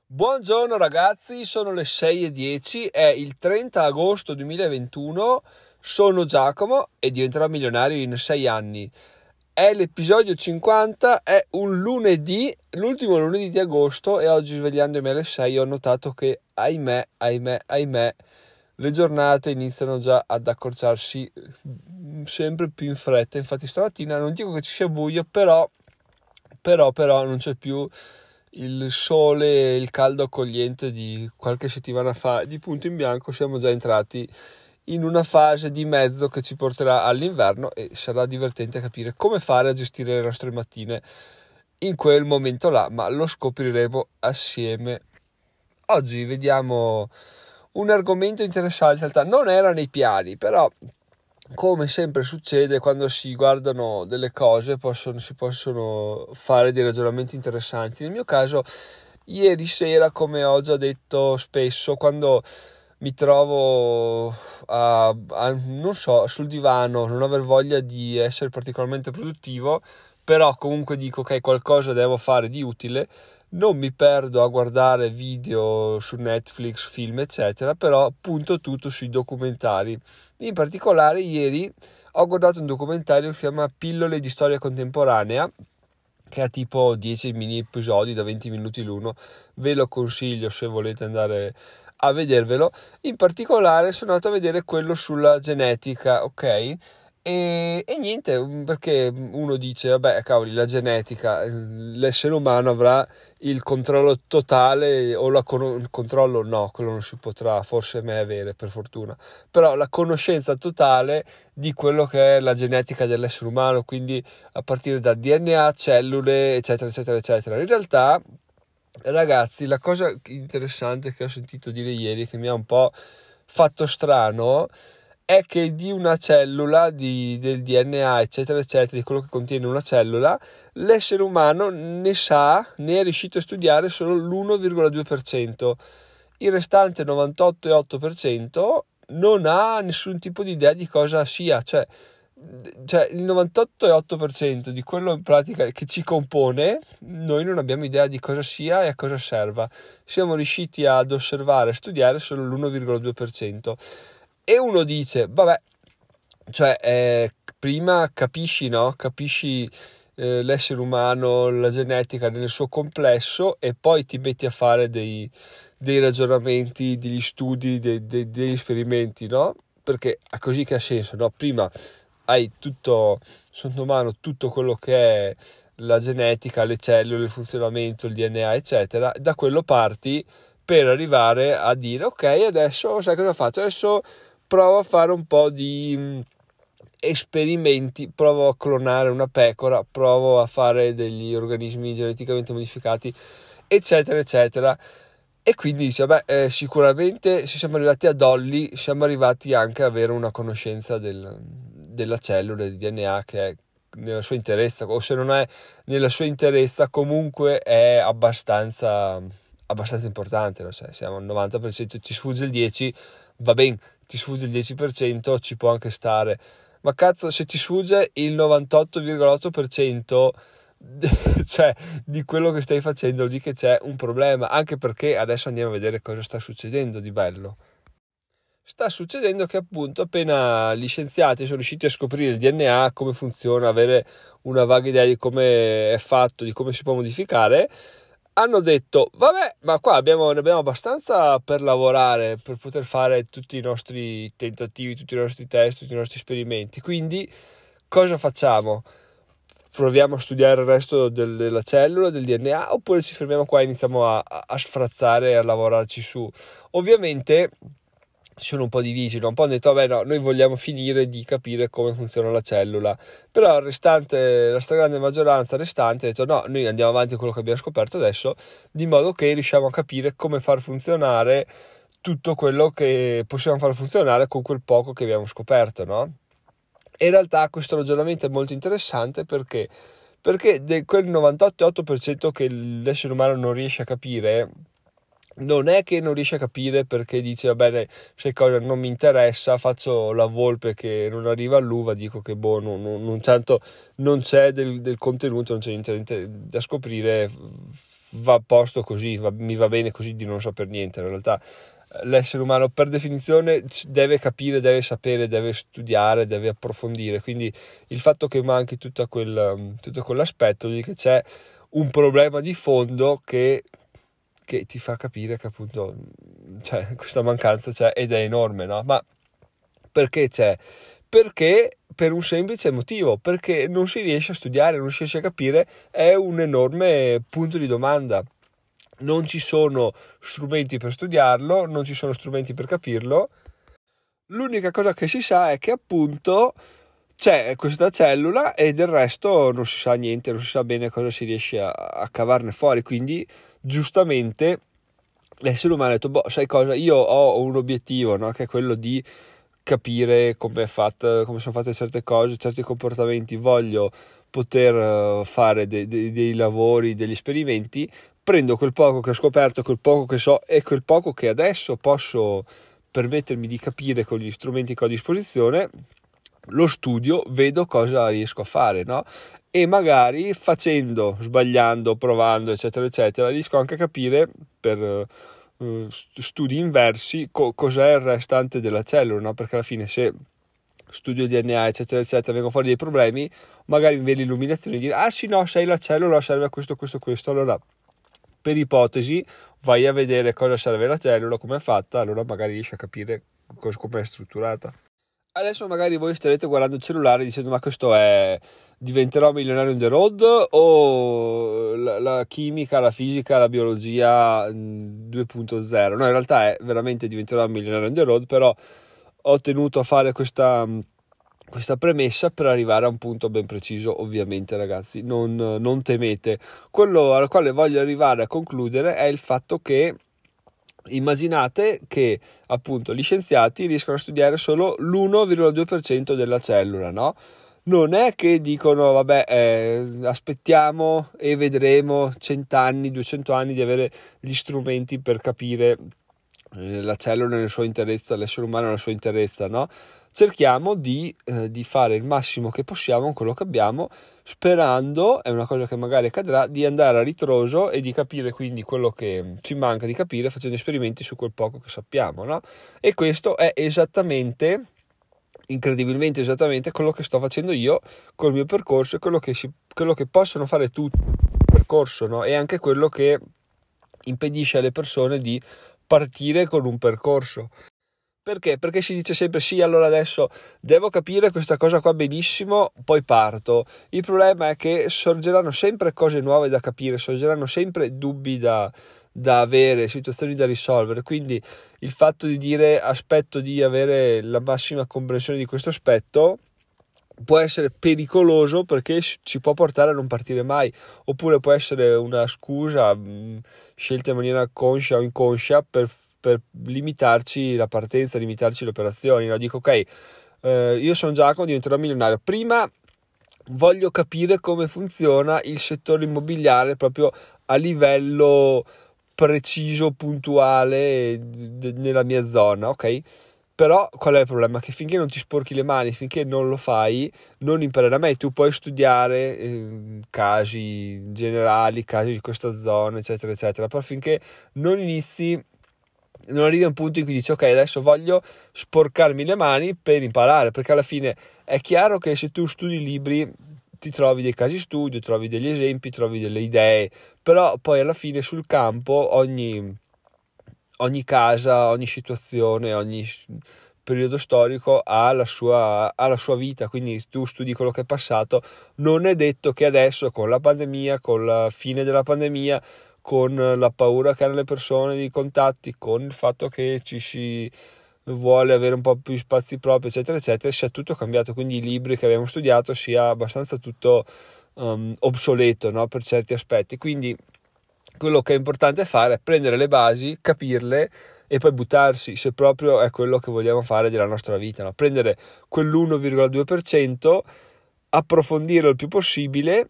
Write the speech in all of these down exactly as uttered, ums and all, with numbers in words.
Buongiorno ragazzi, sono le sei e dieci, è il trenta agosto duemilaventuno, sono Giacomo e diventerò milionario in sei anni. È l'episodio cinquanta, è un lunedì, l'ultimo lunedì di agosto e oggi svegliandomi alle sei ho notato che ahimè, ahimè, ahimè, le giornate iniziano già ad accorciarsi sempre più in fretta. Infatti stamattina non dico che ci sia buio, però, però, però non c'è più il sole, il caldo accogliente di qualche settimana fa. Di punto in bianco siamo già entrati in una fase di mezzo che ci porterà all'inverno e sarà divertente capire come fare a gestire le nostre mattine in quel momento là, ma lo scopriremo assieme. Oggi vediamo un argomento interessante, in realtà non era nei piani, però come sempre succede quando si guardano delle cose possono, si possono fare dei ragionamenti interessanti. Nel mio caso ieri sera, come ho già detto spesso, quando mi trovo a, a, non so, sul divano, non aver voglia di essere particolarmente produttivo, però comunque dico che okay, qualcosa devo fare di utile, non mi perdo a guardare video su Netflix, film eccetera, però punto tutto sui documentari. In particolare ieri ho guardato un documentario che si chiama Pillole di storia contemporanea, che ha tipo dieci mini episodi da venti minuti l'uno. Ve lo consiglio se volete andare a vedervelo. In particolare sono andato a vedere quello sulla genetica, ok? E, e niente, perché uno dice, vabbè, cavoli, la genetica, l'essere umano avrà il controllo totale, o la con- il controllo no, quello non si potrà forse mai avere, per fortuna, però la conoscenza totale di quello che è la genetica dell'essere umano, quindi a partire da D N A, cellule, eccetera, eccetera, eccetera. In realtà, ragazzi, la cosa interessante che ho sentito dire ieri, che mi ha un po' fatto strano, è che di una cellula, di, del D N A, eccetera, eccetera, di quello che contiene una cellula, l'essere umano ne sa, ne è riuscito a studiare solo l'uno virgola due per cento. Il restante novantotto virgola otto per cento non ha nessun tipo di idea di cosa sia, cioè, cioè il novantotto virgola otto per cento di quello in pratica che ci compone, noi non abbiamo idea di cosa sia e a cosa serva. Siamo riusciti ad osservare e studiare solo l'uno virgola due per cento. E uno dice, vabbè, cioè, eh, prima capisci, no? Capisci eh, l'essere umano, la genetica nel suo complesso e poi ti metti a fare dei, dei ragionamenti, degli studi, dei, dei, degli esperimenti, no? Perché è così che ha senso, no? Prima hai tutto sotto mano, tutto quello che è la genetica, le cellule, il funzionamento, il D N A, eccetera. Da quello parti per arrivare a dire, ok, adesso sai cosa faccio? Adesso provo a fare un po' di esperimenti, provo a clonare una pecora, provo a fare degli organismi geneticamente modificati, eccetera, eccetera. E quindi dice, beh, eh, sicuramente se siamo arrivati a Dolly, siamo arrivati anche ad avere una conoscenza del, della cellula, del D N A, che è nella sua interezza, o se non è nella sua interezza, comunque è abbastanza, abbastanza importante, no? Cioè, siamo al novanta per cento, ci sfugge il dieci per cento, va bene, ti sfugge il dieci per cento, ci può anche stare, ma cazzo, se ti sfugge il novantotto virgola otto per cento cioè di quello che stai facendo, lì che c'è un problema, anche perché adesso andiamo a vedere cosa sta succedendo di bello. Sta succedendo che appunto appena gli scienziati sono riusciti a scoprire il D N A, come funziona, avere una vaga idea di come è fatto, di come si può modificare, hanno detto, vabbè, ma qua abbiamo, ne abbiamo abbastanza per lavorare, per poter fare tutti i nostri tentativi, tutti i nostri test, tutti i nostri esperimenti. Quindi cosa facciamo? Proviamo a studiare il resto del, della cellula, del D N A, oppure ci fermiamo qua e iniziamo a, a sfrazzare e a lavorarci su? Ovviamente ci sono un po' divisi, no? Un po' hanno detto, vabbè no, noi vogliamo finire di capire come funziona la cellula, però il restante, la stragrande maggioranza restante ha detto no, noi andiamo avanti con quello che abbiamo scoperto adesso, di modo che riusciamo a capire come far funzionare tutto quello che possiamo far funzionare con quel poco che abbiamo scoperto, no? E in realtà questo ragionamento è molto interessante perché perché di quel novantotto virgola otto per cento che l'essere umano non riesce a capire, non è che non riesce a capire perché dice va bene, se cosa non mi interessa, faccio la volpe che non arriva all'uva, dico che boh, non, non, non tanto non c'è del, del contenuto, non c'è niente da scoprire, va a posto così, va, mi va bene così di non saper niente. In realtà l'essere umano per definizione deve capire, deve sapere, deve studiare, deve approfondire, quindi il fatto che manchi tutto, quel, tutto quell'aspetto di che c'è un problema di fondo che, che ti fa capire che appunto cioè, questa mancanza c'è ed è enorme, no? Ma perché c'è? Perché per un semplice motivo, perché non si riesce a studiare, non si riesce a capire, è un enorme punto di domanda. Non ci sono strumenti per studiarlo, non ci sono strumenti per capirlo. L'unica cosa che si sa è che appunto c'è questa cellula e del resto non si sa niente, non si sa bene cosa si riesce a, a cavarne fuori. Quindi giustamente l'essere umano ha detto, boh, sai cosa, io ho un obiettivo, no? Che è quello di capire come è fatta, come sono fatte certe cose, certi comportamenti, voglio poter fare de- de- dei lavori, degli esperimenti, prendo quel poco che ho scoperto, quel poco che so e quel poco che adesso posso permettermi di capire con gli strumenti che ho a disposizione, lo studio, vedo cosa riesco a fare, no? E magari facendo, sbagliando, provando, eccetera, eccetera, riesco anche a capire per uh, studi inversi co- cos'è il restante della cellula, no? Perché alla fine se studio D N A, eccetera, eccetera, vengono fuori dei problemi, magari mi viene l'illuminazione di dire, ah sì, no, sai, la cellula serve a questo, questo, questo, allora per ipotesi vai a vedere cosa serve la cellula, come è fatta, allora magari riesci a capire come è strutturata. Adesso magari voi starete guardando il cellulare dicendo, ma questo è, diventerò milionario on the road o la, la chimica, la fisica, la biologia due punto zero? No, in realtà è veramente diventerò milionario on the road, però ho tenuto a fare questa, questa premessa per arrivare a un punto ben preciso. Ovviamente, ragazzi, non, non temete. Quello al quale voglio arrivare a concludere è il fatto che immaginate che appunto gli scienziati riescono a studiare solo l'uno virgola due per cento della cellula, no? Non è che dicono vabbè eh, aspettiamo e vedremo cent'anni, duecento anni di avere gli strumenti per capire eh, la cellula nella sua interezza, l'essere umano nella sua interezza, no? Cerchiamo di, eh, di fare il massimo che possiamo con quello che abbiamo, sperando, è una cosa che magari accadrà, di andare a ritroso e di capire quindi quello che ci manca di capire facendo esperimenti su quel poco che sappiamo, no? E questo è esattamente, incredibilmente esattamente quello che sto facendo io col mio percorso e quello che, si, quello che possono fare tutti nel percorso, no? E anche quello che impedisce alle persone di partire con un percorso. Perché? Perché si dice sempre sì, allora adesso devo capire questa cosa qua benissimo, poi parto. Il problema è che sorgeranno sempre cose nuove da capire, sorgeranno sempre dubbi da, da avere, situazioni da risolvere. Quindi il fatto di dire aspetto di avere la massima comprensione di questo aspetto può essere pericoloso perché ci può portare a non partire mai, oppure può essere una scusa mh, scelta in maniera conscia o inconscia per per limitarci la partenza, limitarci le operazioni, no? Dico ok, eh, io sono Giacomo, diventerò milionario, prima voglio capire come funziona il settore immobiliare proprio a livello preciso, puntuale d- nella mia zona, ok? Però qual è il problema? Che finché non ti sporchi le mani, finché non lo fai, non imparerai mai. Tu puoi studiare eh, casi generali, casi di questa zona, eccetera, eccetera, però finché non inizi, non arrivi a un punto in cui dici ok, adesso voglio sporcarmi le mani per imparare, perché alla fine è chiaro che se tu studi libri ti trovi dei casi studio, trovi degli esempi, trovi delle idee, però poi alla fine sul campo ogni, ogni casa, ogni situazione, ogni periodo storico ha la sua, ha la sua vita, quindi tu studi quello che è passato, non è detto che adesso con la pandemia, con la fine della pandemia, con la paura che hanno le persone di contatti, con il fatto che ci si vuole avere un po' più spazi propri, eccetera, eccetera, sia tutto cambiato, quindi i libri che abbiamo studiato sia abbastanza tutto um, obsoleto, no? Per certi aspetti, quindi quello che è importante fare è prendere le basi, capirle e poi buttarsi, se proprio è quello che vogliamo fare della nostra vita, no? Prendere quell'uno virgola due per cento, approfondirlo il più possibile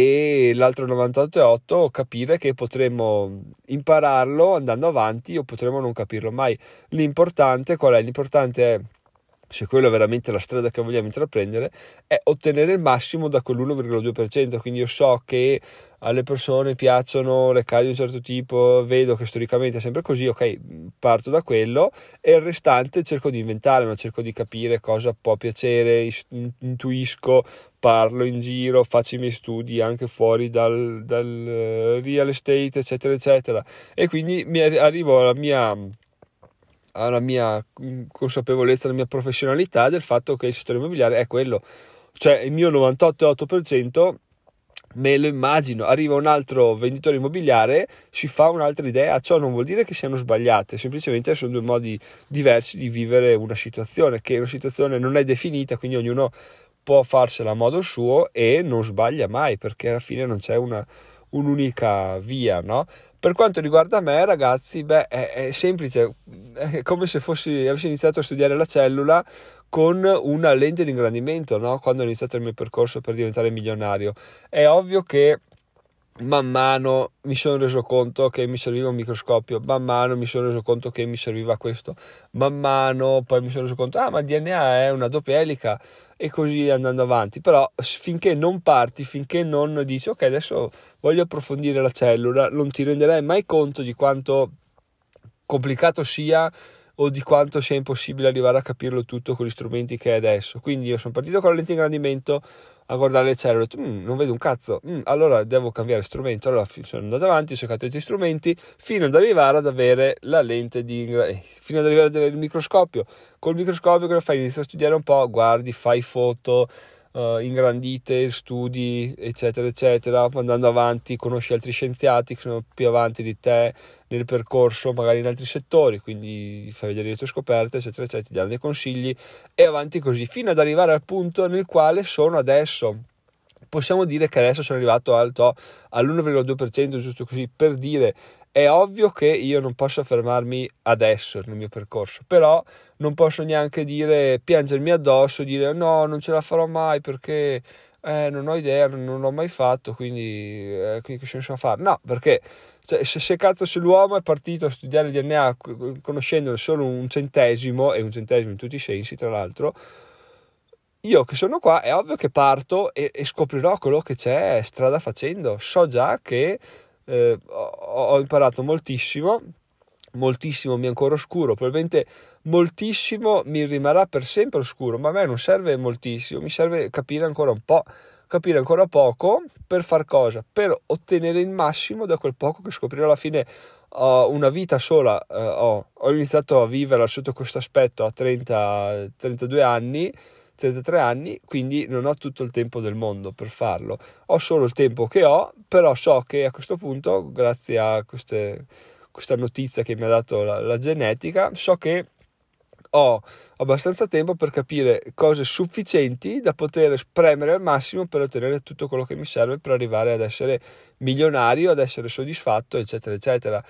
e l'altro novantotto virgola otto per cento capire che potremmo impararlo andando avanti o potremmo non capirlo mai. L'importante qual è? L'importante è se quello è veramente la strada che vogliamo intraprendere, è ottenere il massimo da quell'uno virgola due per cento. Quindi io so che alle persone piacciono le case di un certo tipo, vedo che storicamente è sempre così, ok, parto da quello e il restante cerco di inventare, ma cerco di capire cosa può piacere, intuisco, parlo in giro, faccio i miei studi anche fuori dal, dal real estate, eccetera, eccetera. E quindi mi arrivo alla mia... alla mia consapevolezza, alla mia professionalità del fatto che il settore immobiliare è quello, cioè il mio novantotto virgola otto per cento me lo immagino. Arriva un altro venditore immobiliare, si fa un'altra idea. Ciò non vuol dire che siano sbagliate, semplicemente sono due modi diversi di vivere una situazione, che una situazione non è definita, quindi ognuno può farsela a modo suo e non sbaglia mai, perché alla fine non c'è una un'unica via, no? Per quanto riguarda me, ragazzi, beh, è, è semplice, è come se fossi, avessi iniziato a studiare la cellula con una lente di ingrandimento, no? Quando ho iniziato il mio percorso per diventare milionario. È ovvio che man mano mi sono reso conto che mi serviva un microscopio, man mano mi sono reso conto che mi serviva questo, man mano poi mi sono reso conto, ah, ma il D N A è una doppia elica, e così andando avanti. Però finché non parti, finché non dici ok, adesso voglio approfondire la cellula, non ti renderai mai conto di quanto complicato sia o di quanto sia impossibile arrivare a capirlo tutto con gli strumenti che è adesso. Quindi io sono partito con la lente di ingrandimento a guardare le cellule, ho detto, mm, non vedo un cazzo, mm, allora devo cambiare strumento. Allora sono andato avanti, ho cercato gli strumenti fino ad arrivare ad avere la lente di eh, fino ad arrivare ad avere il microscopio. Col microscopio cosa fai? Inizi a studiare un po', guardi, fai foto uh, ingrandite, studi, eccetera eccetera. Andando avanti conosci altri scienziati che sono più avanti di te nel percorso, magari in altri settori, quindi fai vedere le tue scoperte, eccetera eccetera, ti danno dei consigli e avanti così fino ad arrivare al punto nel quale sono adesso. Possiamo dire che adesso sono arrivato alto all'uno virgola due per cento, giusto così per dire. È ovvio che io non posso fermarmi adesso nel mio percorso, però non posso neanche dire, piangermi addosso, dire no, non ce la farò mai perché eh, non ho idea, non, non l'ho mai fatto, quindi eh, che senso fare? No, perché cioè, se, se cazzo se l'uomo è partito a studiare il D N A conoscendo solo un centesimo, e un centesimo in tutti i sensi tra l'altro, io che sono qua è ovvio che parto e, e scoprirò quello che c'è strada facendo. So già che eh, ho, ho imparato moltissimo, moltissimo mi è ancora oscuro, probabilmente moltissimo mi rimarrà per sempre oscuro, ma a me non serve moltissimo, mi serve capire ancora un po', capire ancora poco per far cosa? Per ottenere il massimo da quel poco che scoprirò. Alla fine ho una vita sola, eh, ho, ho iniziato a vivere sotto questo aspetto a trenta, trentadue anni, trentatré anni, quindi non ho tutto il tempo del mondo per farlo, ho solo il tempo che ho, però so che a questo punto, grazie a queste, questa notizia che mi ha dato la, la genetica, so che ho abbastanza tempo per capire cose sufficienti da poter spremere al massimo per ottenere tutto quello che mi serve per arrivare ad essere milionario, ad essere soddisfatto, eccetera eccetera.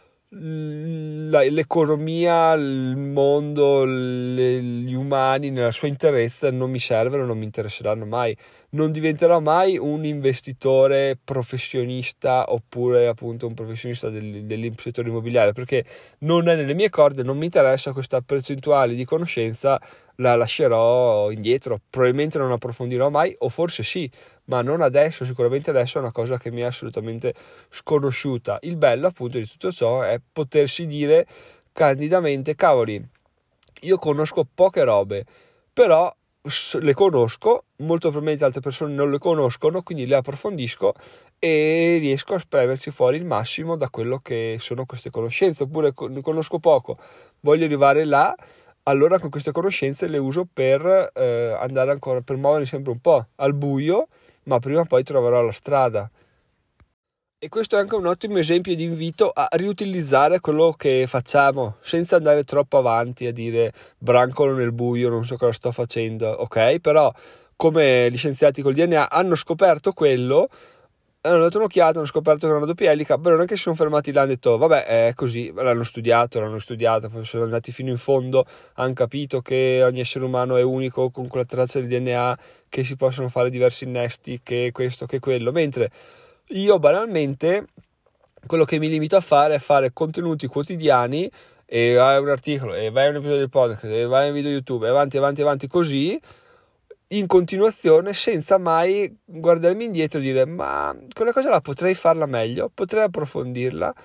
L'economia, il mondo, le, gli umani nella sua interezza non mi servono, non mi interesseranno mai. Non diventerò mai un investitore professionista oppure appunto un professionista del, del settore immobiliare, perché non è nelle mie corde, non mi interessa. Questa percentuale di conoscenza la lascerò indietro, probabilmente non approfondirò mai, o forse sì, ma non adesso. Sicuramente adesso è una cosa che mi è assolutamente sconosciuta. Il bello appunto di tutto ciò è potersi dire candidamente, cavoli, io conosco poche robe, però le conosco, molto probabilmente altre persone non le conoscono, quindi le approfondisco e riesco a spremersi fuori il massimo da quello che sono queste conoscenze. Oppure ne conosco poco, voglio arrivare là, allora con queste conoscenze le uso per eh, andare ancora, per muovermi sempre un po' al buio, ma prima o poi troverò la strada. E questo è anche un ottimo esempio di invito a riutilizzare quello che facciamo, senza andare troppo avanti a dire brancolo nel buio, non so cosa sto facendo, ok? Però come gli scienziati col D N A hanno scoperto quello, hanno dato un'occhiata, hanno scoperto che era una doppia elica, però non è che si sono fermati là e hanno detto vabbè è così, l'hanno studiato, l'hanno studiato, poi sono andati fino in fondo, hanno capito che ogni essere umano è unico con quella traccia di D N A, che si possono fare diversi innesti, che questo, che quello, mentre io banalmente quello che mi limito a fare è fare contenuti quotidiani e vai a un articolo, e vai a un episodio del podcast, e vai a un video YouTube, e avanti, avanti, avanti così, in continuazione, senza mai guardarmi indietro e dire ma quella cosa là potrei farla meglio, potrei approfondirla,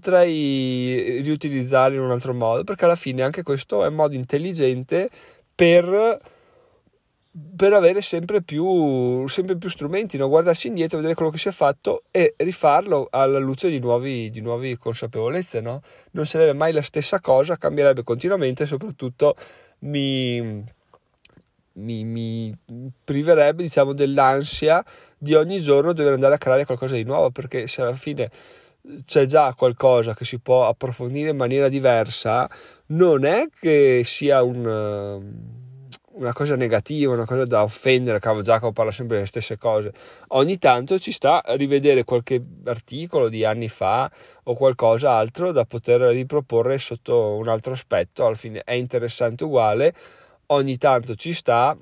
potrei riutilizzarla in un altro modo, perché alla fine anche questo è un modo intelligente per, per avere sempre più, sempre più strumenti, no? Guardarsi indietro, vedere quello che si è fatto e rifarlo alla luce di nuovi, di nuove consapevolezze, no? Non sarebbe mai la stessa cosa, cambierebbe continuamente e soprattutto mi... Mi, mi priverebbe, diciamo, dell'ansia di ogni giorno dover andare a creare qualcosa di nuovo, perché se alla fine c'è già qualcosa che si può approfondire in maniera diversa, non è che sia un, una cosa negativa, una cosa da offendere. Cavolo, Giacomo parla sempre delle stesse cose. Ogni tanto ci sta a rivedere qualche articolo di anni fa o qualcosa altro da poter riproporre sotto un altro aspetto. Alla fine è interessante uguale. Ogni tanto ci sta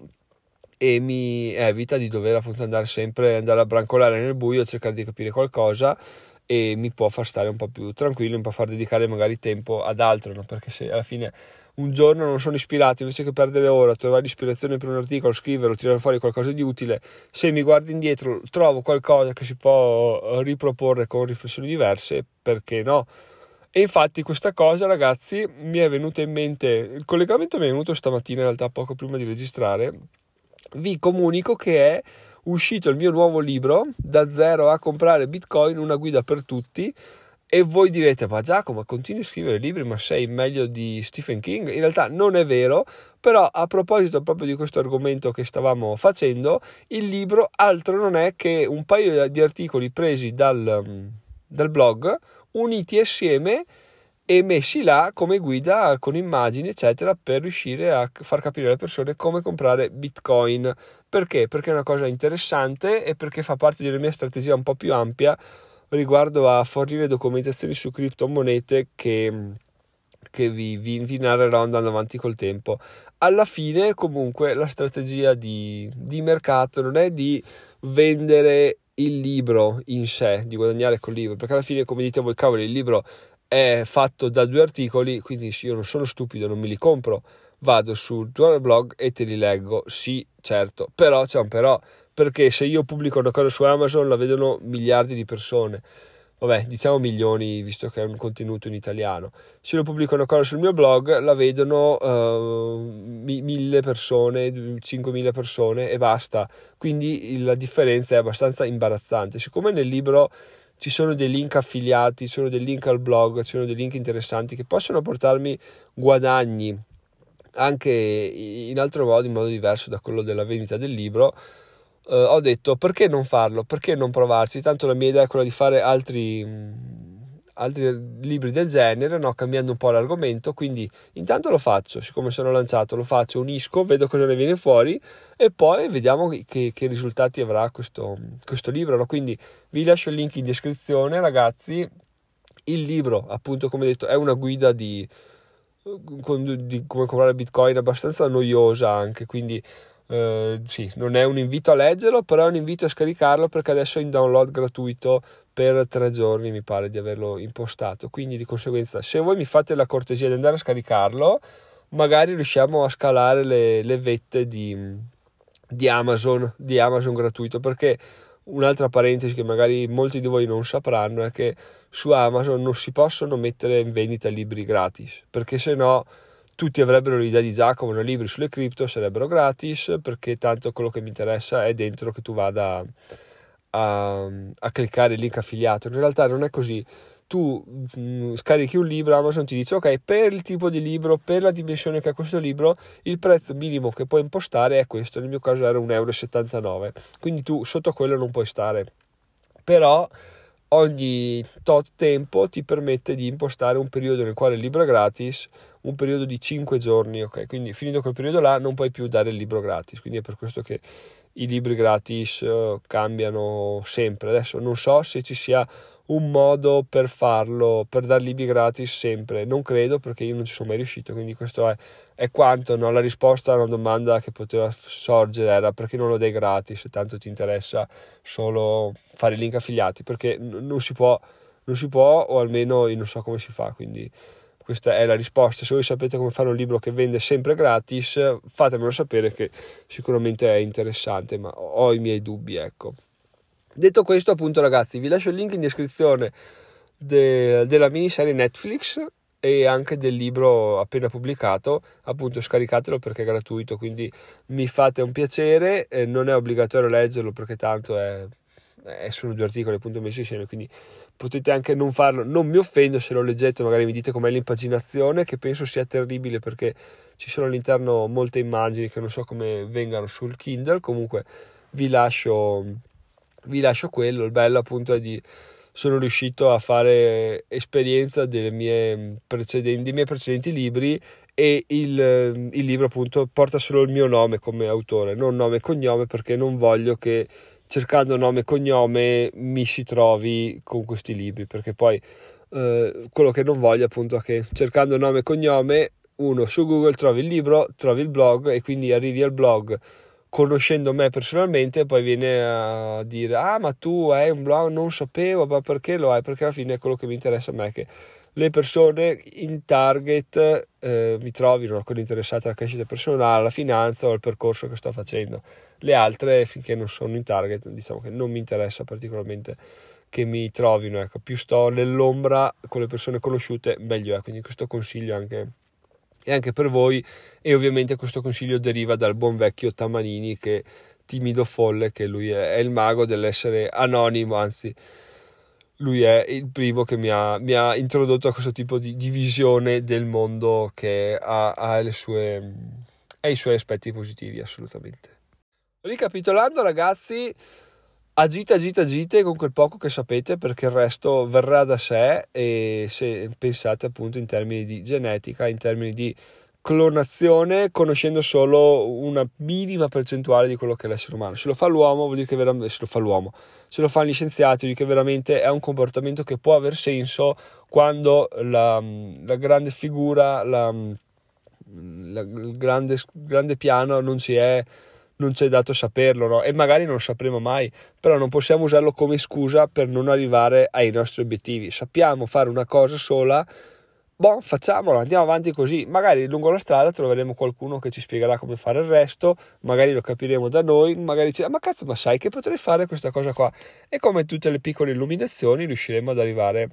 e mi evita di dover appunto andare sempre andare a brancolare nel buio, cercare di capire qualcosa, e mi può far stare un po' più tranquillo, mi può far dedicare magari tempo ad altro, no? Perché se alla fine un giorno non sono ispirato, invece che perdere ora a trovare ispirazione per un articolo, scriverlo, tirare fuori qualcosa di utile, se mi guardo indietro trovo qualcosa che si può riproporre con riflessioni diverse, perché no? E infatti questa cosa, ragazzi, mi è venuta in mente, il collegamento mi è venuto stamattina, in realtà poco prima di registrare. Vi comunico che è uscito il mio nuovo libro, Da zero a comprare Bitcoin, una guida per tutti. E voi direte, ma Giacomo, continui a scrivere libri, ma sei meglio di Stephen King? In realtà non è vero, però a proposito proprio di questo argomento che stavamo facendo, il libro altro non è che un paio di articoli presi dal, dal blog, uniti assieme e messi là come guida con immagini eccetera, per riuscire a far capire alle persone come comprare Bitcoin. Perché? Perché è una cosa interessante e perché fa parte di una mia strategia un po' più ampia riguardo a fornire documentazioni su criptomonete che, che vi, vi, vi narrerò andando avanti col tempo. Alla fine comunque la strategia di, di mercato non è di vendere il libro in sé, di guadagnare col libro, perché alla fine, come dite voi, cavolo, il libro è fatto da due articoli, quindi io non sono stupido, non me li compro, vado sul tuo blog e te li leggo. Sì, certo, però c'è un però, perché se io pubblico una cosa su Amazon la vedono miliardi di persone, vabbè, diciamo milioni, visto che è un contenuto in italiano. Se io pubblico una cosa sul mio blog la vedono uh, mille persone, cinquemila persone e basta. Quindi la differenza è abbastanza imbarazzante. Siccome nel libro ci sono dei link affiliati, ci sono dei link al blog, ci sono dei link interessanti che possono portarmi guadagni anche in altro modo, in modo diverso da quello della vendita del libro, Uh, ho detto perché non farlo, perché non provarsi. Tanto la mia idea è quella di fare altri, mh, altri libri del genere, no? Cambiando un po' l'argomento, quindi intanto lo faccio, siccome sono lanciato lo faccio, unisco, vedo cosa ne viene fuori e poi vediamo che, che risultati avrà questo, questo libro, no? Quindi vi lascio il link in descrizione, ragazzi. Il libro, appunto, come detto, è una guida di, di come comprare Bitcoin, abbastanza noiosa anche, quindi Uh, sì, non è un invito a leggerlo, però è un invito a scaricarlo, perché adesso è in download gratuito per tre giorni, mi pare di averlo impostato. Quindi di conseguenza, se voi mi fate la cortesia di andare a scaricarlo, magari riusciamo a scalare le, le vette di, di Amazon di Amazon gratuito. Perché un'altra parentesi che magari molti di voi non sapranno è che su Amazon non si possono mettere in vendita libri gratis, perché se no tutti avrebbero l'idea di Giacomo, i libri sulle cripto sarebbero gratis, perché tanto quello che mi interessa è dentro che tu vada a, a cliccare il link affiliato. In realtà non è così. Tu mh, scarichi un libro, Amazon ti dice ok, per il tipo di libro, per la dimensione che ha questo libro, il prezzo minimo che puoi impostare è questo. Nel mio caso era un euro e settantanove, quindi tu sotto quello non puoi stare, però ogni tot tempo ti permette di impostare un periodo nel quale il libro è gratis, un periodo di cinque giorni, ok? Quindi finito quel periodo là non puoi più dare il libro gratis, quindi è per questo che i libri gratis uh, cambiano sempre. Adesso non so se ci sia un modo per farlo, per dare libri gratis sempre, non credo, perché io non ci sono mai riuscito, quindi questo è, è quanto, no? La risposta a una domanda che poteva sorgere era perché non lo dai gratis, se tanto ti interessa solo fare link affiliati, perché n- non si può non si può, o almeno io non so come si fa, quindi questa è la risposta. Se voi sapete come fare un libro che vende sempre gratis, fatemelo sapere, che sicuramente è interessante, ma ho i miei dubbi, ecco. Detto questo, appunto, ragazzi, vi lascio il link in descrizione de- della miniserie Netflix e anche del libro appena pubblicato. Appunto, scaricatelo perché è gratuito, quindi mi fate un piacere. Eh, non è obbligatorio leggerlo perché tanto è, è sono due articoli appunto messi insieme, quindi potete anche non farlo, non mi offendo se lo leggete, magari mi dite com'è l'impaginazione, che penso sia terribile perché ci sono all'interno molte immagini che non so come vengano sul Kindle. Comunque vi lascio vi lascio quello. Il bello appunto è di sono riuscito a fare esperienza delle mie precedenti, dei miei precedenti libri, e il, il libro appunto porta solo il mio nome come autore, non nome e cognome, perché non voglio che cercando nome e cognome mi si trovi con questi libri, perché poi eh, quello che non voglio appunto è che cercando nome e cognome uno su Google trovi il libro, trovi il blog, e quindi arrivi al blog conoscendo me personalmente e poi viene a dire ah ma tu hai un blog, non sapevo, ma perché lo hai? Perché alla fine è quello che mi interessa a me, che le persone in target eh, mi trovino, quelli interessati alla crescita personale, alla finanza o al percorso che sto facendo. Le altre, finché non sono in target, diciamo che non mi interessa particolarmente che mi trovino, ecco. Più sto nell'ombra con le persone conosciute meglio è, quindi questo consiglio anche e anche per voi, e ovviamente questo consiglio deriva dal buon vecchio Tamanini, che timido folle, che lui è, è il mago dell'essere anonimo, anzi lui è il primo che mi ha, mi ha introdotto a questo tipo di, di visione del mondo, che ha, ha, le sue, ha i suoi aspetti positivi assolutamente. Ricapitolando, ragazzi, agite, agite, agite con quel poco che sapete, perché il resto verrà da sé. E se pensate appunto in termini di genetica, in termini di clonazione, conoscendo solo una minima percentuale di quello che è l'essere umano. Se lo fa l'uomo vuol dire che veramente, se lo fa l'uomo, se lo fanno gli scienziati, vuol dire che veramente è un comportamento che può aver senso quando la, la grande figura, la, la, il grande, grande piano non ci è, non ci è dato saperlo, no? E magari non lo sapremo mai, però non possiamo usarlo come scusa per non arrivare ai nostri obiettivi. Sappiamo fare una cosa sola, boh, facciamola, andiamo avanti così. Magari lungo la strada troveremo qualcuno che ci spiegherà come fare il resto, magari lo capiremo da noi, magari ci dirà ma cazzo, ma sai che potrei fare questa cosa qua, e come tutte le piccole illuminazioni riusciremo ad arrivare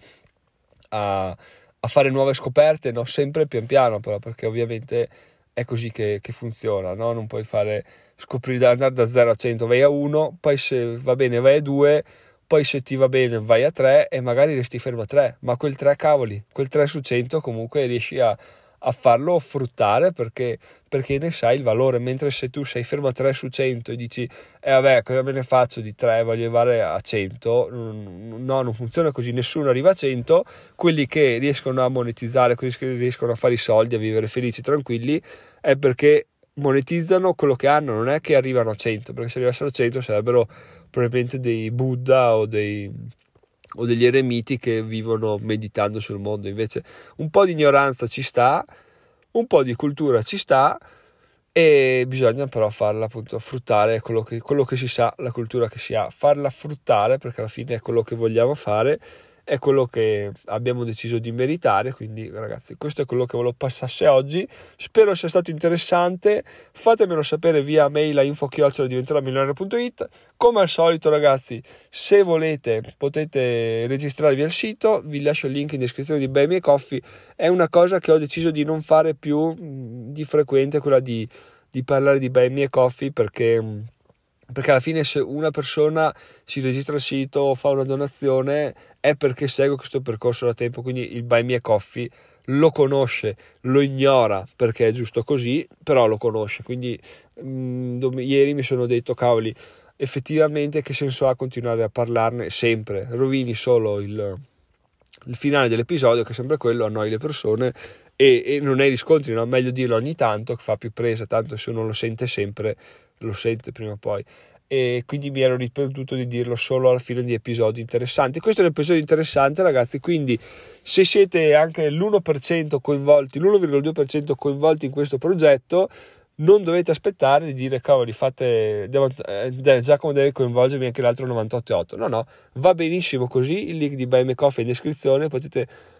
a, a fare nuove scoperte, no? Sempre pian piano però, perché ovviamente è così che, che funziona, no? Non puoi fare scoprire, andare da zero a cento, vai a uno, poi se va bene vai a due, poi se ti va bene vai a tre e magari resti fermo a tre, ma quel tre, cavoli, quel tre su cento comunque riesci a, a farlo fruttare, perché, perché ne sai il valore. Mentre se tu sei fermo a tre su cento e dici eh vabbè, cosa me ne faccio di tre, voglio arrivare a cento, no, non funziona così, nessuno arriva a cento. Quelli che riescono a monetizzare, quelli che riescono a fare i soldi, a vivere felici, tranquilli, è perché monetizzano quello che hanno, non è che arrivano a cento, perché se arrivassero a cento sarebbero probabilmente dei Buddha o dei o degli eremiti che vivono meditando sul mondo. Invece un po' di ignoranza ci sta, un po' di cultura ci sta, e bisogna però farla appunto fruttare, quello che, quello che si sa, la cultura che si ha, farla fruttare, perché alla fine è quello che vogliamo fare, è quello che abbiamo deciso di meritare. Quindi ragazzi, questo è quello che volevo passasse oggi, spero sia stato interessante. Fatemelo sapere via mail a info chiocciola diventerò milionario punto it. Come al solito ragazzi, se volete potete registrarvi al sito, vi lascio il link in descrizione di Buy Me Coffee. È una cosa che ho deciso di non fare più di frequente, quella di, di parlare di Buy Me Coffee, perché perché alla fine se una persona si registra al sito o fa una donazione è perché segue questo percorso da tempo, quindi il Buy Me Coffee lo conosce, lo ignora perché è giusto così, però lo conosce. Quindi mh, ieri mi sono detto cavoli, effettivamente che senso ha continuare a parlarne sempre, rovini solo il, il finale dell'episodio, che è sempre quello, annoi le persone e, e non hai riscontri, no? Meglio dirlo ogni tanto, che fa più presa, tanto se uno lo sente sempre lo sente prima o poi. E quindi mi ero ripetuto di dirlo solo alla fine di episodi interessanti. Questo è un episodio interessante ragazzi, quindi se siete anche l'uno per cento coinvolti, l'uno virgola due per cento coinvolti in questo progetto, non dovete aspettare di dire cavoli fate devo, eh, Giacomo deve coinvolgermi anche l'altro novantotto virgola otto. No no, va benissimo così. Il link di Buy Me Coffee è in descrizione, potete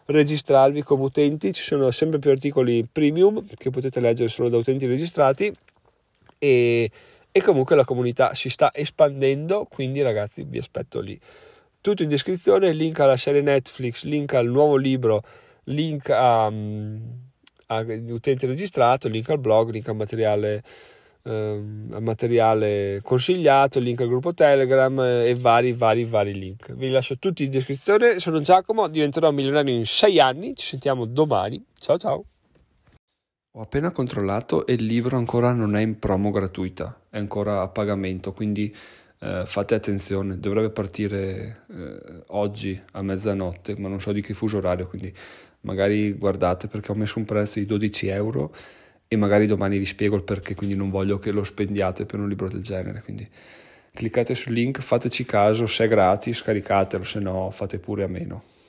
registrarvi come utenti. Ci sono sempre più articoli premium che potete leggere solo da utenti registrati, e, e comunque la comunità si sta espandendo, quindi ragazzi vi aspetto lì. Tutto in descrizione, link alla serie Netflix, link al nuovo libro, link a, a utente registrato, link al blog, link al materiale, ehm, al materiale consigliato, link al gruppo Telegram e vari vari vari link. Vi lascio tutti in descrizione. Sono Giacomo, diventerò milionario in sei anni. Ci sentiamo domani. Ciao ciao. Ho appena controllato e il libro ancora non è in promo gratuita, è ancora a pagamento, quindi eh, fate attenzione. Dovrebbe partire eh, oggi a mezzanotte, ma non so di che fuso orario, quindi magari guardate, perché ho messo un prezzo di dodici euro e magari domani vi spiego il perché, quindi non voglio che lo spendiate per un libro del genere. Quindi cliccate sul link, fateci caso, se è gratis scaricatelo, se no fate pure a meno.